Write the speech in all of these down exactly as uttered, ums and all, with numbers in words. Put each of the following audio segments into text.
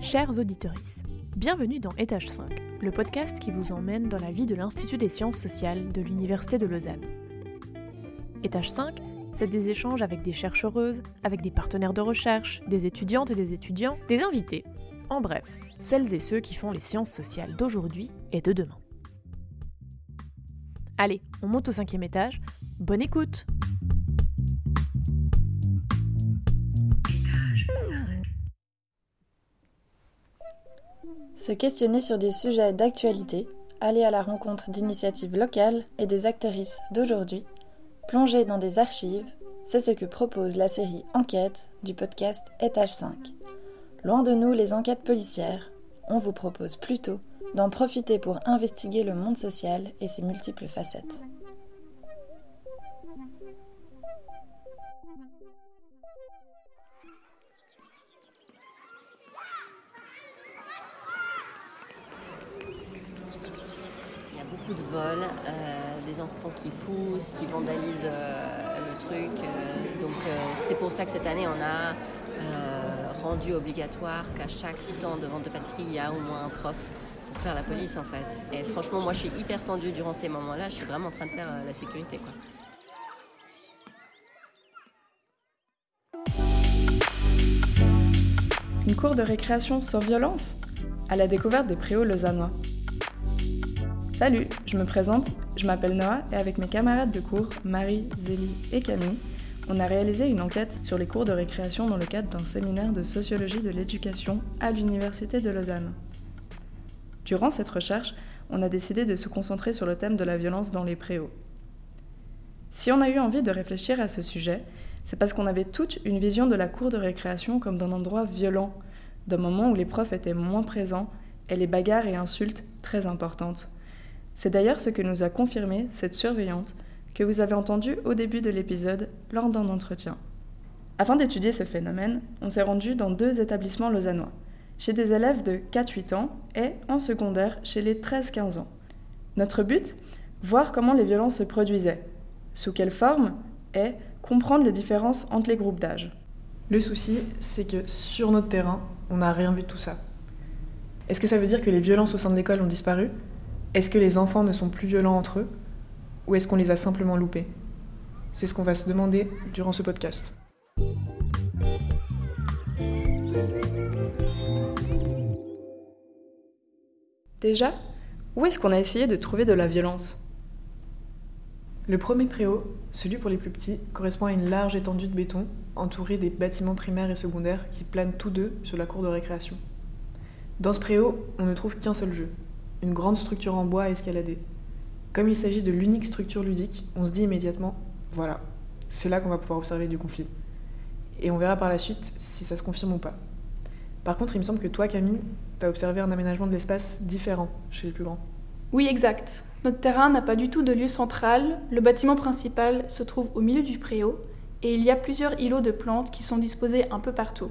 Chers auditorices, bienvenue dans Étage cinq, le podcast qui vous emmène dans la vie de l'Institut des sciences sociales de l'Université de Lausanne. Étage cinq, c'est des échanges avec des chercheuses, avec des partenaires de recherche, des étudiantes et des étudiants, des invités. En bref, celles et ceux qui font les sciences sociales d'aujourd'hui et de demain. Allez, on monte au cinquième étage. Bonne écoute! Se questionner sur des sujets d'actualité, aller à la rencontre d'initiatives locales et des actrices d'aujourd'hui, plonger dans des archives, c'est ce que propose la série Enquête du podcast Étage cinq. Loin de nous les enquêtes policières, on vous propose plutôt d'en profiter pour investiguer le monde social et ses multiples facettes. Il y a beaucoup de vols, euh, des enfants qui poussent, qui vandalisent euh, le truc. Euh, donc euh, c'est pour ça que cette année on a euh, rendu obligatoire qu'à chaque stand de vente de pâtisserie, il y a au moins un prof pour faire la police en fait. Et franchement, moi je suis hyper tendue durant ces moments-là, je suis vraiment en train de faire euh, la sécurité, quoi. Une cour de récréation sans violence ? À la découverte des préaux lausannois. Salut, je me présente, je m'appelle Noah et avec mes camarades de cours, Marie, Zélie et Camille, on a réalisé une enquête sur les cours de récréation dans le cadre d'un séminaire de sociologie de l'éducation à l'Université de Lausanne. Durant cette recherche, on a décidé de se concentrer sur le thème de la violence dans les préaux. Si on a eu envie de réfléchir à ce sujet, c'est parce qu'on avait toute une vision de la cour de récréation comme d'un endroit violent, d'un moment où les profs étaient moins présents et les bagarres et insultes très importantes. C'est d'ailleurs ce que nous a confirmé cette surveillante que vous avez entendue au début de l'épisode lors d'un entretien. Afin d'étudier ce phénomène, on s'est rendu dans deux établissements lausannois, chez des élèves de quatre à huit ans et en secondaire chez les treize à quinze ans. Notre but ? Voir comment les violences se produisaient, sous quelle forme et comprendre les différences entre les groupes d'âge. Le souci, c'est que sur notre terrain, on n'a rien vu de tout ça. Est-ce que ça veut dire que les violences au sein de l'école ont disparu ? Est-ce que les enfants ne sont plus violents entre eux ? Ou est-ce qu'on les a simplement loupés ? C'est ce qu'on va se demander durant ce podcast. Déjà, où est-ce qu'on a essayé de trouver de la violence ? Le premier préau, celui pour les plus petits, correspond à une large étendue de béton entourée des bâtiments primaires et secondaires qui planent tous deux sur la cour de récréation. Dans ce préau, on ne trouve qu'un seul jeu, une grande structure en bois à escalader. Comme il s'agit de l'unique structure ludique, on se dit immédiatement « voilà, c'est là qu'on va pouvoir observer du conflit ». Et on verra par la suite si ça se confirme ou pas. Par contre, il me semble que toi, Camille, t'as observé un aménagement de l'espace différent chez les plus grands. Oui, exact. Notre terrain n'a pas du tout de lieu central, le bâtiment principal se trouve au milieu du préau et il y a plusieurs îlots de plantes qui sont disposés un peu partout.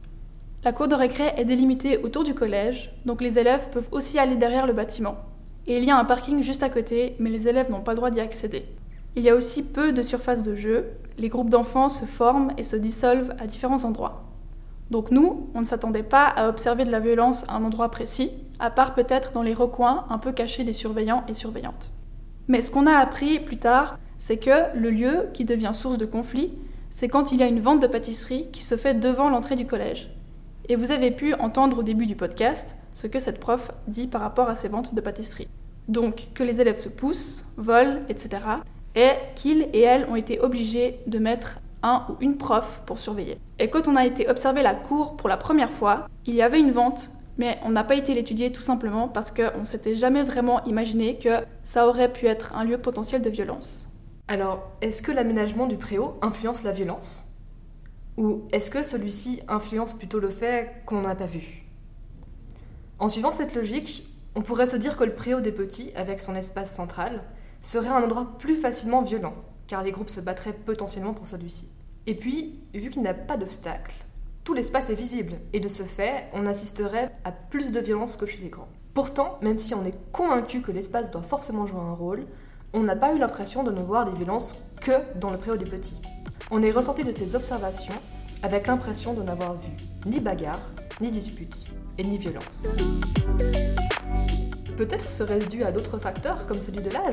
La cour de récré est délimitée autour du collège, donc les élèves peuvent aussi aller derrière le bâtiment. Et il y a un parking juste à côté, mais les élèves n'ont pas le droit d'y accéder. Il y a aussi peu de surface de jeu, les groupes d'enfants se forment et se dissolvent à différents endroits. Donc nous, on ne s'attendait pas à observer de la violence à un endroit précis, à part peut-être dans les recoins un peu cachés des surveillants et surveillantes. Mais ce qu'on a appris plus tard, c'est que le lieu qui devient source de conflit, c'est quand il y a une vente de pâtisserie qui se fait devant l'entrée du collège. Et vous avez pu entendre au début du podcast ce que cette prof dit par rapport à ces ventes de pâtisserie. Donc que les élèves se poussent, volent, et cetera. Et qu'ils et elles ont été obligés de mettre un ou une prof pour surveiller. Et quand on a été observer la cour pour la première fois, il y avait une vente, mais on n'a pas été l'étudier tout simplement parce qu'on ne s'était jamais vraiment imaginé que ça aurait pu être un lieu potentiel de violence. Alors, est-ce que l'aménagement du préau influence la violence ? Ou est-ce que celui-ci influence plutôt le fait qu'on n'en a pas vu ? En suivant cette logique, on pourrait se dire que le préau des petits, avec son espace central, serait un endroit plus facilement violent, car les groupes se battraient potentiellement pour celui-ci. Et puis, vu qu'il n'y a pas d'obstacle, tout l'espace est visible, et de ce fait, on assisterait à plus de violence que chez les grands. Pourtant, même si on est convaincu que l'espace doit forcément jouer un rôle, on n'a pas eu l'impression de ne voir des violences que dans le préau des petits. On est ressorti de ces observations avec l'impression de n'avoir vu ni bagarre, ni dispute, et ni violence. Peut-être serait-ce dû à d'autres facteurs comme celui de l'âge ?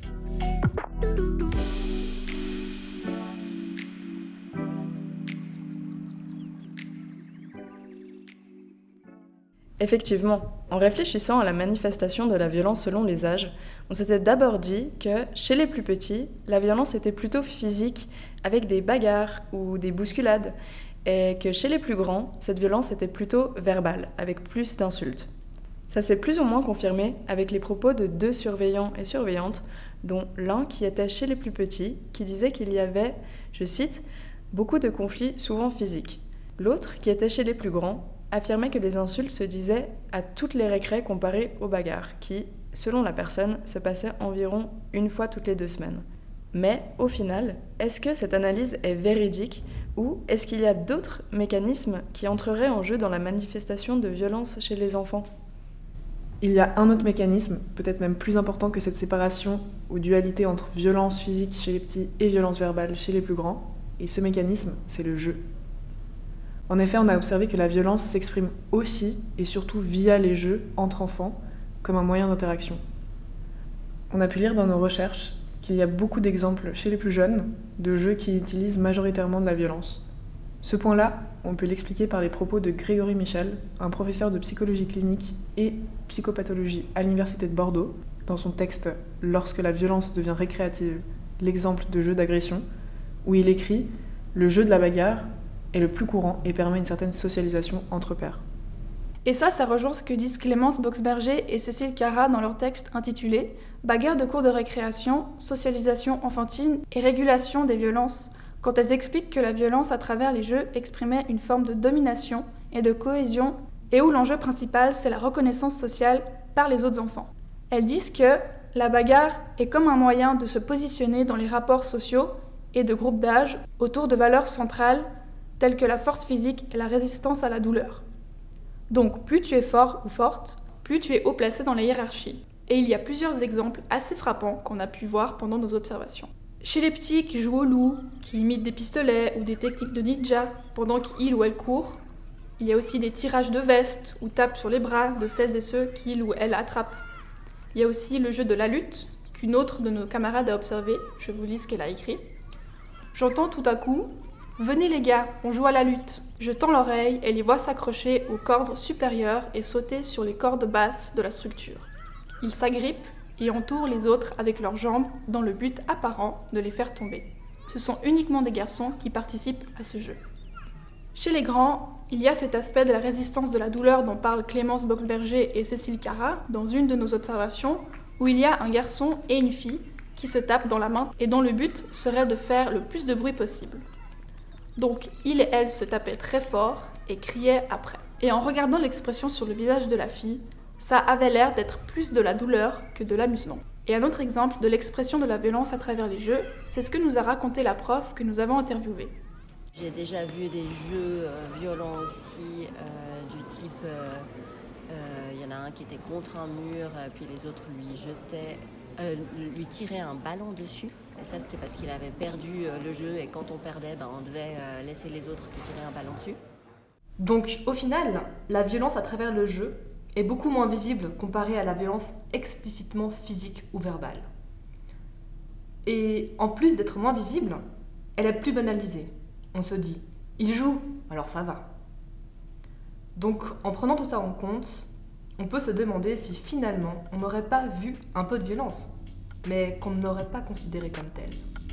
Effectivement, en réfléchissant à la manifestation de la violence selon les âges, on s'était d'abord dit que, chez les plus petits, la violence était plutôt physique, avec des bagarres ou des bousculades, et que chez les plus grands, cette violence était plutôt verbale, avec plus d'insultes. Ça s'est plus ou moins confirmé avec les propos de deux surveillants et surveillantes, dont l'un qui était chez les plus petits, qui disait qu'il y avait, je cite, « beaucoup de conflits souvent physiques ». L'autre, qui était chez les plus grands, affirmait que les insultes se disaient à toutes les récrés comparées aux bagarres, qui, selon la personne, se passaient environ une fois toutes les deux semaines. Mais, au final, est-ce que cette analyse est véridique ou est-ce qu'il y a d'autres mécanismes qui entreraient en jeu dans la manifestation de violence chez les enfants ? Il y a un autre mécanisme, peut-être même plus important que cette séparation ou dualité entre violence physique chez les petits et violence verbale chez les plus grands, et ce mécanisme, c'est le jeu. En effet, on a observé que la violence s'exprime aussi et surtout via les jeux entre enfants comme un moyen d'interaction. On a pu lire dans nos recherches qu'il y a beaucoup d'exemples chez les plus jeunes de jeux qui utilisent majoritairement de la violence. Ce point-là, on peut l'expliquer par les propos de Grégory Michel, un professeur de psychologie clinique et psychopathologie à l'Université de Bordeaux, dans son texte « Lorsque la violence devient récréative, l'exemple de jeu d'agression », où il écrit « Le jeu de la bagarre est le plus courant et permet une certaine socialisation entre pairs. » Et ça, ça rejoint ce que disent Clémence Boxberger et Cécile Cara dans leur texte intitulé « Bagarre de cours de récréation, socialisation enfantine et régulation des violences », quand elles expliquent que la violence à travers les jeux exprimait une forme de domination et de cohésion et où l'enjeu principal, c'est la reconnaissance sociale par les autres enfants. Elles disent que la bagarre est comme un moyen de se positionner dans les rapports sociaux et de groupes d'âge autour de valeurs centrales telles que la force physique et la résistance à la douleur. Donc, plus tu es fort ou forte, plus tu es haut placé dans la hiérarchie. Et il y a plusieurs exemples assez frappants qu'on a pu voir pendant nos observations. Chez les petits qui jouent au loup, qui imitent des pistolets ou des techniques de ninja pendant qu'ils ou elles courent, il y a aussi des tirages de vestes ou tapes sur les bras de celles et ceux qu'ils ou elles attrapent. Il y a aussi le jeu de la lutte, qu'une autre de nos camarades a observé, je vous lis ce qu'elle a écrit. J'entends tout à coup « Venez les gars, on joue à la lutte ». Je tends l'oreille et les vois s'accrocher aux cordes supérieures et sauter sur les cordes basses de la structure. Ils s'agrippent et entourent les autres avec leurs jambes dans le but apparent de les faire tomber. Ce sont uniquement des garçons qui participent à ce jeu. Chez les grands, il y a cet aspect de la résistance de la douleur dont parlent Clémence Boxberger et Cécile Cara dans une de nos observations, où il y a un garçon et une fille qui se tapent dans la main et dont le but serait de faire le plus de bruit possible. Donc, il et elle se tapaient très fort et criaient après. Et en regardant l'expression sur le visage de la fille, ça avait l'air d'être plus de la douleur que de l'amusement. Et un autre exemple de l'expression de la violence à travers les jeux, c'est ce que nous a raconté la prof que nous avons interviewée. J'ai déjà vu des jeux euh, violents aussi, euh, du type, il euh, euh, y en a un qui était contre un mur, euh, puis les autres lui jetaient, euh, lui tiraient un ballon dessus. Et ça, c'était parce qu'il avait perdu euh, le jeu, et quand on perdait, ben, on devait euh, laisser les autres te tirer un ballon dessus. Donc, au final, la violence à travers le jeu est beaucoup moins visible comparée à la violence explicitement physique ou verbale. Et en plus d'être moins visible, elle est plus banalisée. On se dit, il joue, alors ça va. Donc, en prenant tout ça en compte, on peut se demander si finalement on n'aurait pas vu un peu de violence, mais qu'on n'aurait pas considéré comme telle.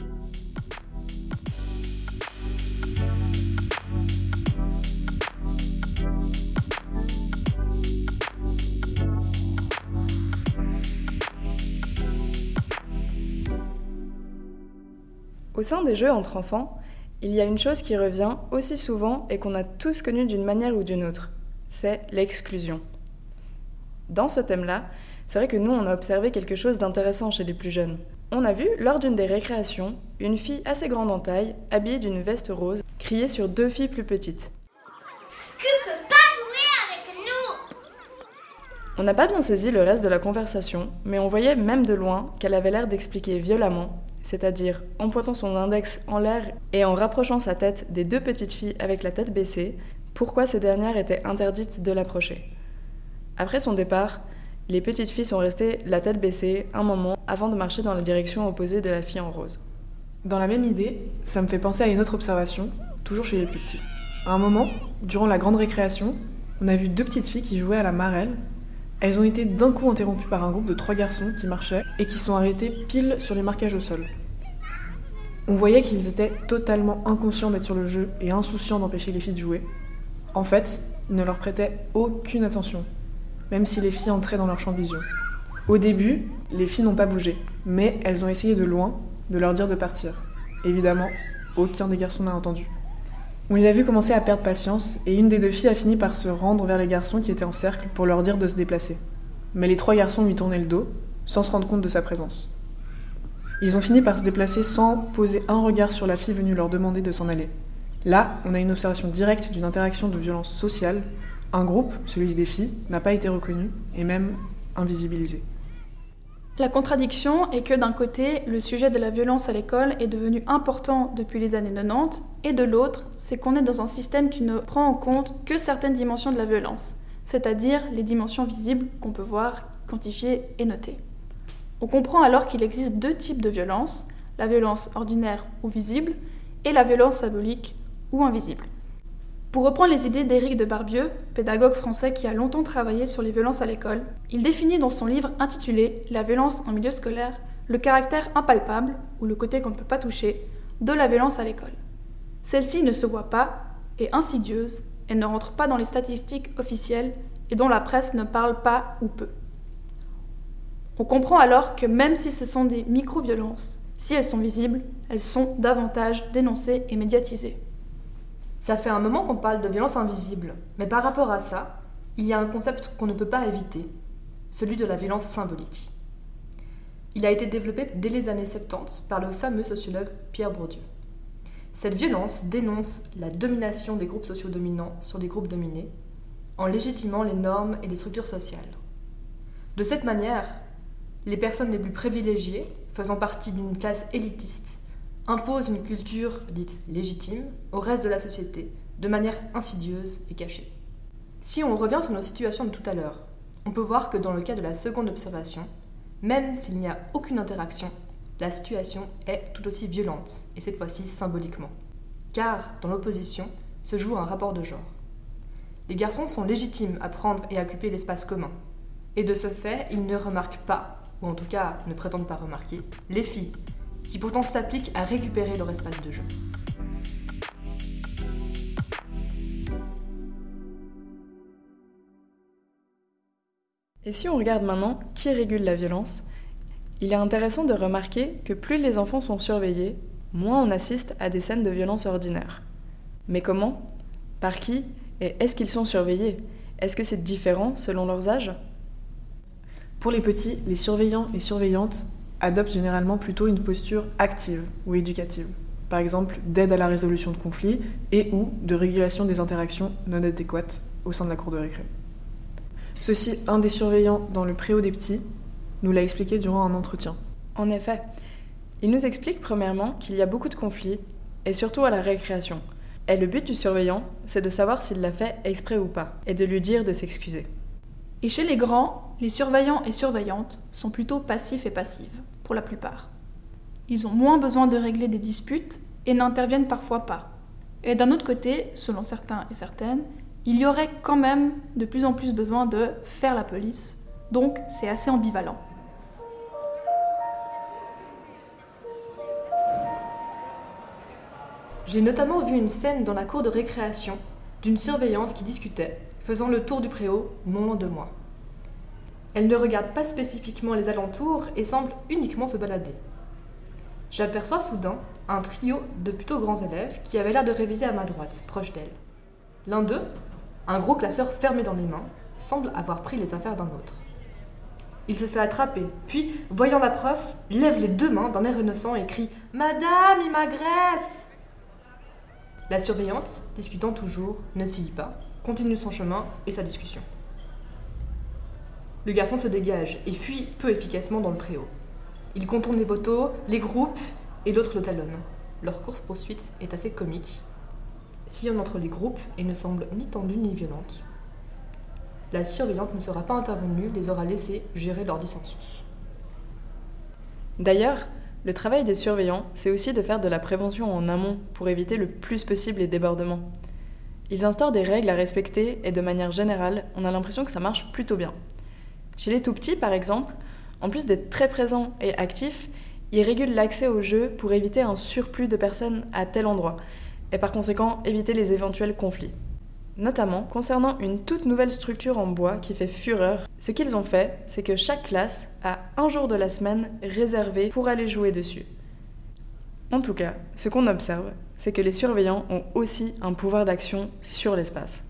Au sein des jeux entre enfants, il y a une chose qui revient aussi souvent et qu'on a tous connue d'une manière ou d'une autre, c'est l'exclusion. Dans ce thème-là, c'est vrai que nous, on a observé quelque chose d'intéressant chez les plus jeunes. On a vu, lors d'une des récréations, une fille assez grande en taille, habillée d'une veste rose, crier sur deux filles plus petites. « Tu peux pas jouer avec nous !» On n'a pas bien saisi le reste de la conversation, mais on voyait même de loin qu'elle avait l'air d'expliquer violemment, c'est-à-dire en pointant son index en l'air et en rapprochant sa tête des deux petites filles avec la tête baissée, pourquoi ces dernières étaient interdites de l'approcher. Après son départ, les petites filles sont restées la tête baissée un moment avant de marcher dans la direction opposée de la fille en rose. Dans la même idée, ça me fait penser à une autre observation, toujours chez les plus petits. À un moment, durant la grande récréation, on a vu deux petites filles qui jouaient à la marelle. Elles ont été d'un coup interrompues par un groupe de trois garçons qui marchaient et qui sont arrêtés pile sur les marquages au sol. On voyait qu'ils étaient totalement inconscients d'être sur le jeu et insouciants d'empêcher les filles de jouer. En fait, ils ne leur prêtaient aucune attention, même si les filles entraient dans leur champ de vision. Au début, les filles n'ont pas bougé, mais elles ont essayé de loin de leur dire de partir. Évidemment, aucun des garçons n'a entendu. On les a vus commencer à perdre patience et une des deux filles a fini par se rendre vers les garçons qui étaient en cercle pour leur dire de se déplacer. Mais les trois garçons lui tournaient le dos, sans se rendre compte de sa présence. Ils ont fini par se déplacer sans poser un regard sur la fille venue leur demander de s'en aller. Là, on a une observation directe d'une interaction de violence sociale. Un groupe, celui des filles, n'a pas été reconnu et même invisibilisé. La contradiction est que d'un côté, le sujet de la violence à l'école est devenu important depuis les années quatre-vingt-dix, et de l'autre, c'est qu'on est dans un système qui ne prend en compte que certaines dimensions de la violence, c'est-à-dire les dimensions visibles qu'on peut voir, quantifier et noter. On comprend alors qu'il existe deux types de violence, la violence ordinaire ou visible, et la violence symbolique ou invisible. Pour reprendre les idées d'Éric de Barbieux, pédagogue français qui a longtemps travaillé sur les violences à l'école, il définit dans son livre intitulé « La violence en milieu scolaire » le caractère impalpable, ou le côté qu'on ne peut pas toucher, de la violence à l'école. Celle-ci ne se voit pas, est insidieuse, et ne rentre pas dans les statistiques officielles et dont la presse ne parle pas ou peu. On comprend alors que même si ce sont des micro-violences, si elles sont visibles, elles sont davantage dénoncées et médiatisées. Ça fait un moment qu'on parle de violence invisible, mais par rapport à ça, il y a un concept qu'on ne peut pas éviter, celui de la violence symbolique. Il a été développé dès les années soixante-dix par le fameux sociologue Pierre Bourdieu. Cette violence dénonce la domination des groupes sociaux dominants sur des groupes dominés, en légitimant les normes et les structures sociales. De cette manière, les personnes les plus privilégiées, faisant partie d'une classe élitiste, imposent une culture dite légitime au reste de la société, de manière insidieuse et cachée. Si on revient sur nos situations de tout à l'heure, on peut voir que dans le cas de la seconde observation, même s'il n'y a aucune interaction, la situation est tout aussi violente, et cette fois-ci symboliquement. Car, dans l'opposition, se joue un rapport de genre. Les garçons sont légitimes à prendre et à occuper l'espace commun, et de ce fait, ils ne remarquent pas, ou en tout cas ne prétendent pas remarquer, les filles, qui pourtant s'appliquent à récupérer leur espace de jeu. Et si on regarde maintenant qui régule la violence, il est intéressant de remarquer que plus les enfants sont surveillés, moins on assiste à des scènes de violence ordinaires. Mais comment ? Par qui ? Et est-ce qu'ils sont surveillés ? Est-ce que c'est différent selon leurs âges ? Pour les petits, les surveillants et surveillantes adoptent généralement plutôt une posture active ou éducative, par exemple d'aide à la résolution de conflits et ou de régulation des interactions non adéquates au sein de la cour de récré. Ceci, un des surveillants dans le préau des petits nous l'a expliqué durant un entretien. En effet, il nous explique premièrement qu'il y a beaucoup de conflits, et surtout à la récréation. Et le but du surveillant, c'est de savoir s'il l'a fait exprès ou pas, et de lui dire de s'excuser. Et chez les grands, les surveillants et surveillantes sont plutôt passifs et passives, pour la plupart. Ils ont moins besoin de régler des disputes et n'interviennent parfois pas. Et d'un autre côté, selon certains et certaines, il y aurait quand même de plus en plus besoin de faire la police, donc c'est assez ambivalent. J'ai notamment vu une scène dans la cour de récréation d'une surveillante qui discutait, faisant le tour du préau, non loin de moi. Elle ne regarde pas spécifiquement les alentours et semble uniquement se balader. J'aperçois soudain un trio de plutôt grands élèves qui avaient l'air de réviser à ma droite, proche d'elle. L'un d'eux, un gros classeur fermé dans les mains, semble avoir pris les affaires d'un autre. Il se fait attraper, puis, voyant la prof, lève les deux mains d'un air innocent et crie « Madame, il m'agresse !» La surveillante, discutant toujours, ne s'y pas, continue son chemin et sa discussion. Le garçon se dégage et fuit peu efficacement dans le préau. Il contourne les poteaux, les groupes et l'autre le talonne. Leur course-poursuite est assez comique. tillonne entre les groupes et ne semble ni tendue ni violente. La surveillante ne sera pas intervenue, les aura laissés gérer leur dissensus. D'ailleurs, le travail des surveillants, c'est aussi de faire de la prévention en amont pour éviter le plus possible les débordements. Ils instaurent des règles à respecter et de manière générale, on a l'impression que ça marche plutôt bien. Chez les tout-petits, par exemple, en plus d'être très présents et actifs, ils régulent l'accès aux jeux pour éviter un surplus de personnes à tel endroit et par conséquent éviter les éventuels conflits. Notamment concernant une toute nouvelle structure en bois qui fait fureur, ce qu'ils ont fait, c'est que chaque classe a un jour de la semaine réservé pour aller jouer dessus. En tout cas, ce qu'on observe, c'est que les surveillants ont aussi un pouvoir d'action sur l'espace.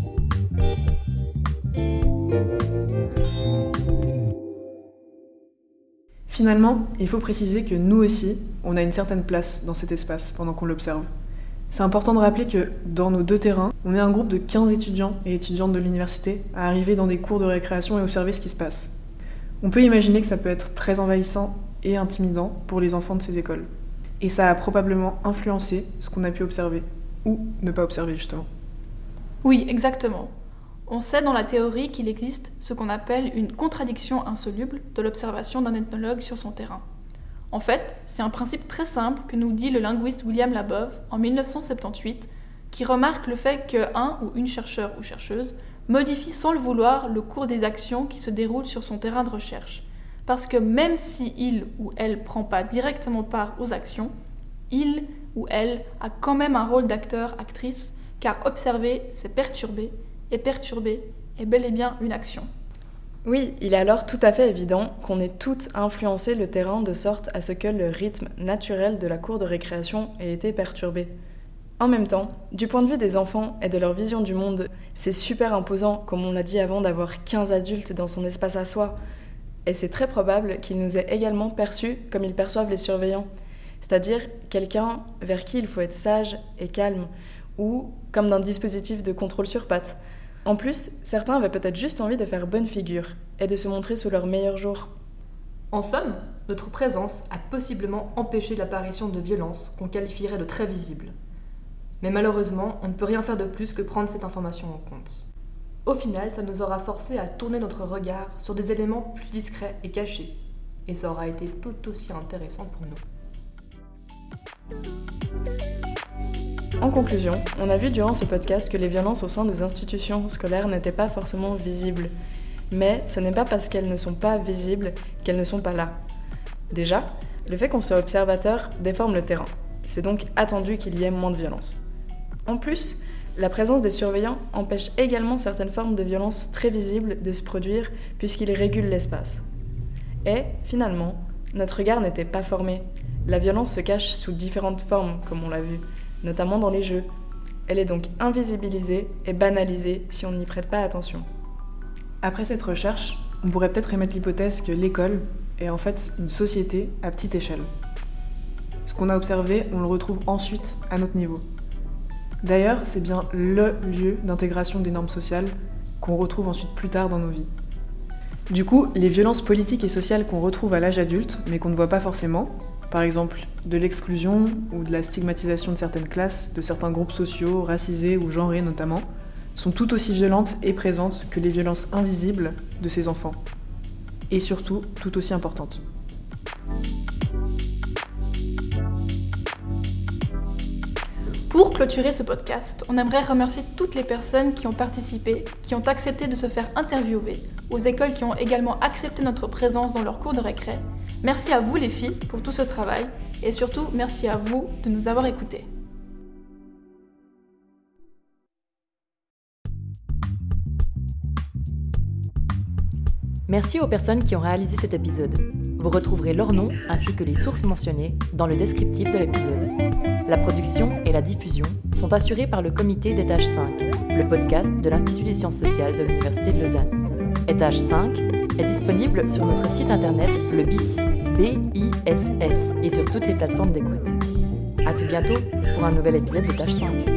Finalement, il faut préciser que nous aussi, on a une certaine place dans cet espace pendant qu'on l'observe. C'est important de rappeler que dans nos deux terrains, on est un groupe de quinze étudiants et étudiantes de l'université à arriver dans des cours de récréation et observer ce qui se passe. On peut imaginer que ça peut être très envahissant et intimidant pour les enfants de ces écoles. Et ça a probablement influencé ce qu'on a pu observer, ou ne pas observer justement. Oui, exactement. On sait dans la théorie qu'il existe ce qu'on appelle une contradiction insoluble de l'observation d'un ethnologue sur son terrain. En fait, c'est un principe très simple que nous dit le linguiste William Labov en mille neuf cent soixante-dix-huit, qui remarque le fait qu'un ou une chercheur ou chercheuse modifie sans le vouloir le cours des actions qui se déroulent sur son terrain de recherche. Parce que même si il ou elle ne prend pas directement part aux actions, il ou elle a quand même un rôle d'acteur-actrice, car observer, c'est perturber, et perturber est bel et bien une action. Oui, il est alors tout à fait évident qu'on ait toutes influencé le terrain de sorte à ce que le rythme naturel de la cour de récréation ait été perturbé. En même temps, du point de vue des enfants et de leur vision du monde, c'est super imposant, comme on l'a dit avant, d'avoir quinze adultes dans son espace à soi. Et c'est très probable qu'ils nous aient également perçus comme ils perçoivent les surveillants, c'est-à-dire quelqu'un vers qui il faut être sage et calme, ou comme d'un dispositif de contrôle sur pattes. En plus, certains avaient peut-être juste envie de faire bonne figure et de se montrer sous leur meilleur jour. En somme, notre présence a possiblement empêché l'apparition de violences qu'on qualifierait de très visibles. Mais malheureusement, on ne peut rien faire de plus que prendre cette information en compte. Au final, ça nous aura forcé à tourner notre regard sur des éléments plus discrets et cachés. Et ça aura été tout aussi intéressant pour nous. En conclusion, on a vu durant ce podcast que les violences au sein des institutions scolaires n'étaient pas forcément visibles. Mais ce n'est pas parce qu'elles ne sont pas visibles qu'elles ne sont pas là. Déjà, le fait qu'on soit observateur déforme le terrain. C'est donc attendu qu'il y ait moins de violence. En plus, la présence des surveillants empêche également certaines formes de violence très visibles de se produire puisqu'ils régulent l'espace. Et, finalement, notre regard n'était pas formé. La violence se cache sous différentes formes, comme on l'a vu, notamment dans les jeux. Elle est donc invisibilisée et banalisée si on n'y prête pas attention. Après cette recherche, on pourrait peut-être émettre l'hypothèse que l'école est en fait une société à petite échelle. Ce qu'on a observé, on le retrouve ensuite à notre niveau. D'ailleurs, c'est bien le lieu d'intégration des normes sociales qu'on retrouve ensuite plus tard dans nos vies. Du coup, les violences politiques et sociales qu'on retrouve à l'âge adulte, mais qu'on ne voit pas forcément, par exemple de l'exclusion ou de la stigmatisation de certaines classes, de certains groupes sociaux, racisés ou genrés notamment, sont tout aussi violentes et présentes que les violences invisibles de ces enfants. Et surtout, tout aussi importantes. Pour clôturer ce podcast, on aimerait remercier toutes les personnes qui ont participé, qui ont accepté de se faire interviewer, aux écoles qui ont également accepté notre présence dans leurs cours de récré. Merci à vous les filles pour tout ce travail et surtout merci à vous de nous avoir écoutés. Merci aux personnes qui ont réalisé cet épisode. Vous retrouverez leur nom ainsi que les sources mentionnées dans le descriptif de l'épisode. La production et la diffusion sont assurées par le comité d'Étage cinq, le podcast de l'Institut des sciences sociales de l'Université de Lausanne. Étage cinq est disponible sur notre site internet le B I S, B I S S, et sur toutes les plateformes d'écoute. À tout bientôt pour un nouvel épisode d'Étage cinq.